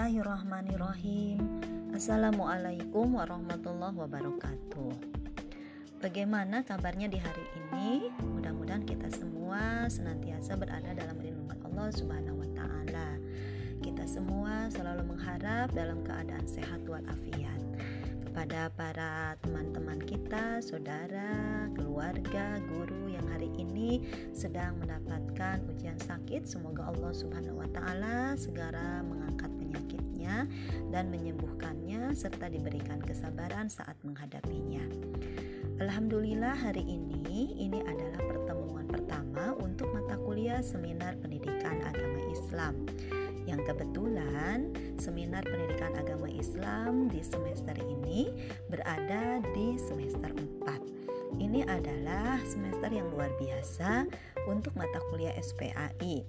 Bismillahirrahmanirrahim. Assalamualaikum warahmatullahi wabarakatuh. Bagaimana kabarnya di hari ini? Mudah-mudahan kita semua senantiasa berada dalam lindungan Allah Subhanahu wa taala. Kita semua selalu mengharap dalam keadaan sehat walafiat. Kepada para teman-teman kita, saudara, keluarga, guru yang hari ini sedang mendapatkan ujian sakit, semoga Allah Subhanahu wa taala segera mengangkat penyakitnya dan menyembuhkannya serta diberikan kesabaran saat menghadapinya. Alhamdulillah hari ini adalah pertemuan pertama untuk mata kuliah Seminar Pendidikan Agama Islam. Yang kebetulan Seminar Pendidikan Agama Islam di semester ini berada di semester 4. Ini adalah semester yang luar biasa untuk mata kuliah SPAI.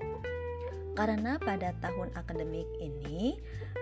Karena pada tahun akademik ini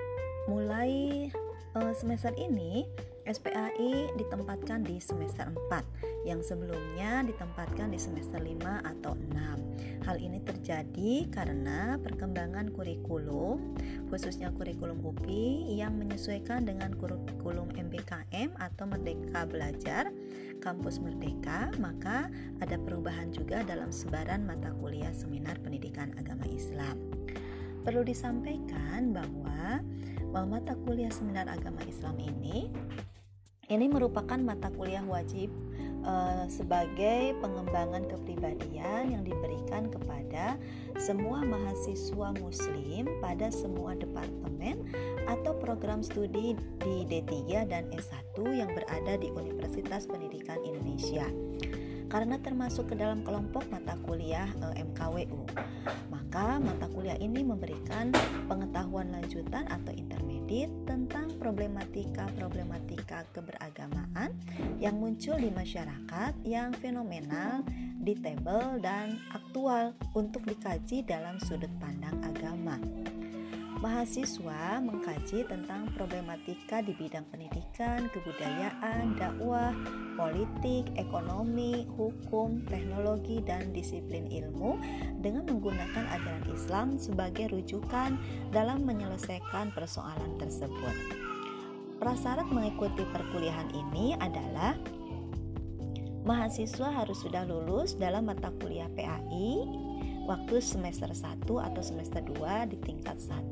mulai semester ini SPAI ditempatkan di semester 4 yang sebelumnya ditempatkan di semester 5 atau 6. Hal ini terjadi karena perkembangan kurikulum, khususnya kurikulum UPI yang menyesuaikan dengan kurikulum MBKM atau Merdeka Belajar Kampus Merdeka, maka ada perubahan juga dalam sebaran mata kuliah Seminar Pendidikan Agama Islam. Perlu disampaikan bahwa mata kuliah Seminar Agama Islam ini merupakan mata kuliah wajib sebagai pengembangan kepribadian yang diberikan kepada semua mahasiswa muslim pada semua departemen atau program studi di D3 dan S1 yang berada di Universitas Pendidikan Indonesia. Karena termasuk ke dalam kelompok mata kuliah MKWU, maka mata kuliah ini memberikan pengetahuan lanjutan atau intermediate tentang problematika keberagamaan yang muncul di masyarakat yang fenomenal, detail dan aktual untuk dikaji dalam sudut pandang agama. Mahasiswa mengkaji tentang problematika di bidang pendidikan, kebudayaan, dakwah, politik, ekonomi, hukum, teknologi, dan disiplin ilmu dengan menggunakan ajaran Islam sebagai rujukan dalam menyelesaikan persoalan tersebut. Prasyarat mengikuti perkuliahan ini adalah mahasiswa harus sudah lulus dalam mata kuliah PAI waktu semester 1 atau semester 2 di tingkat 1.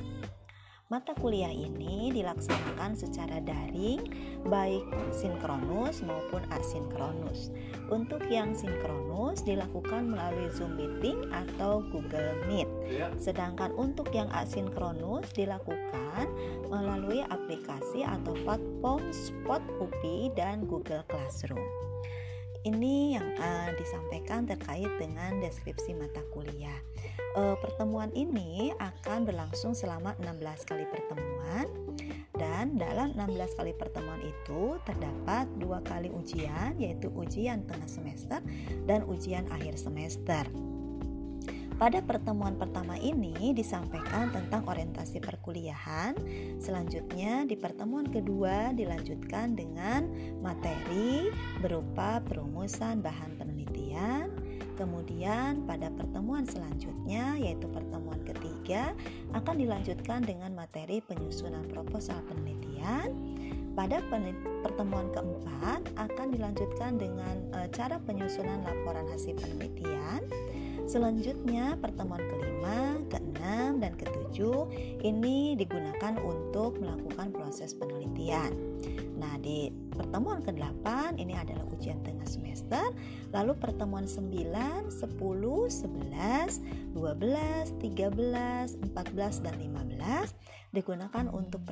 Mata kuliah ini dilaksanakan secara daring, baik sinkronus maupun asinkronus. Untuk yang sinkronus dilakukan melalui Zoom Meeting atau Google Meet. Sedangkan untuk yang asinkronus dilakukan melalui aplikasi atau platform Spot UPI dan Google Classroom. Ini yang disampaikan terkait dengan deskripsi mata kuliah. Pertemuan ini akan berlangsung selama 16 kali pertemuan, dan dalam 16 kali pertemuan itu terdapat 2 kali ujian, yaitu ujian tengah semester dan ujian akhir semester. Pada pertemuan pertama ini disampaikan tentang orientasi perkuliahan. Selanjutnya di pertemuan kedua dilanjutkan dengan materi berupa perumusan bahan penelitian. Kemudian pada pertemuan selanjutnya, yaitu pertemuan ketiga, akan dilanjutkan dengan materi penyusunan proposal penelitian. Pada pertemuan keempat akan dilanjutkan dengan cara penyusunan laporan hasil penelitian. Selanjutnya pertemuan kelima, keenam, dan ketujuh ini digunakan untuk melakukan proses penelitian. Nah, di pertemuan ke-8 ini adalah ujian tengah semester. Lalu pertemuan 9, 10, 11, 12, 13, 14, dan 15 digunakan untuk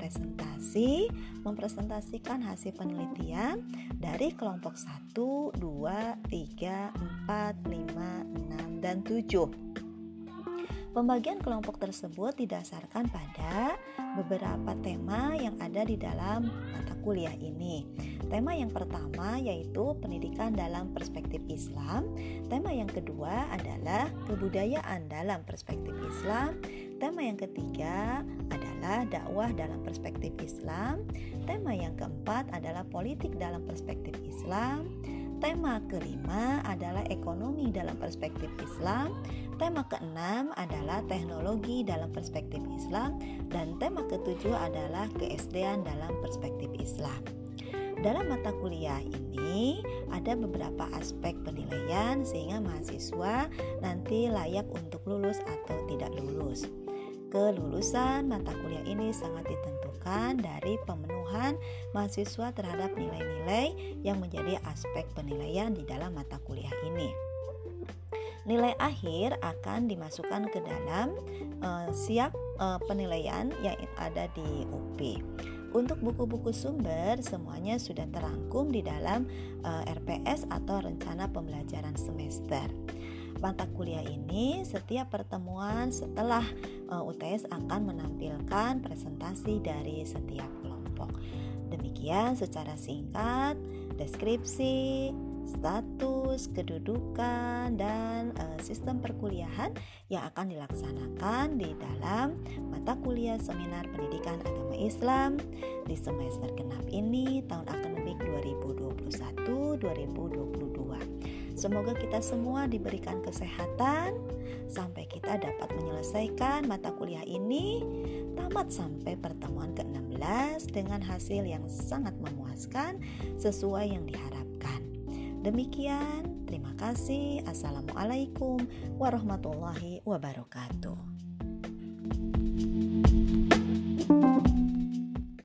mempresentasikan hasil penelitian dari kelompok 1, 2, 3, 4, 5, 6, dan 7. Pembagian kelompok tersebut didasarkan pada beberapa tema yang ada di dalam mata kuliah ini. Tema yang pertama yaitu pendidikan dalam perspektif Islam. Tema yang kedua adalah kebudayaan dalam perspektif Islam. Tema yang ketiga adalah dakwah dalam perspektif Islam. Tema yang keempat adalah politik dalam perspektif Islam. Tema kelima adalah ekonomi dalam perspektif Islam. Tema keenam adalah teknologi dalam perspektif Islam, dan tema ketujuh adalah keSD-an dalam perspektif Islam. Dalam mata kuliah ini ada beberapa aspek penilaian sehingga mahasiswa nanti layak untuk lulus atau tidak lulus. Kelulusan mata kuliah ini sangat ditentukan dari pemenuhan mahasiswa terhadap nilai-nilai yang menjadi aspek penilaian di dalam mata kuliah ini. Nilai akhir akan dimasukkan ke dalam siap penilaian yang ada di UP. Untuk buku-buku sumber semuanya sudah terangkum di dalam RPS atau rencana pembelajaran semester. Mata kuliah ini setiap pertemuan setelah UTS akan menampilkan presentasi dari setiap kelompok. Demikian secara singkat deskripsi, status, kedudukan, dan sistem perkuliahan yang akan dilaksanakan di dalam mata kuliah Seminar Pendidikan Agama Islam di semester genap ini tahun akademik 2021-2022. Semoga kita semua diberikan kesehatan sampai kita dapat menyelesaikan mata kuliah ini tamat sampai pertemuan ke-16 dengan hasil yang sangat memuaskan sesuai yang diharapkan. Demikian, terima kasih. Assalamualaikum warahmatullahi wabarakatuh.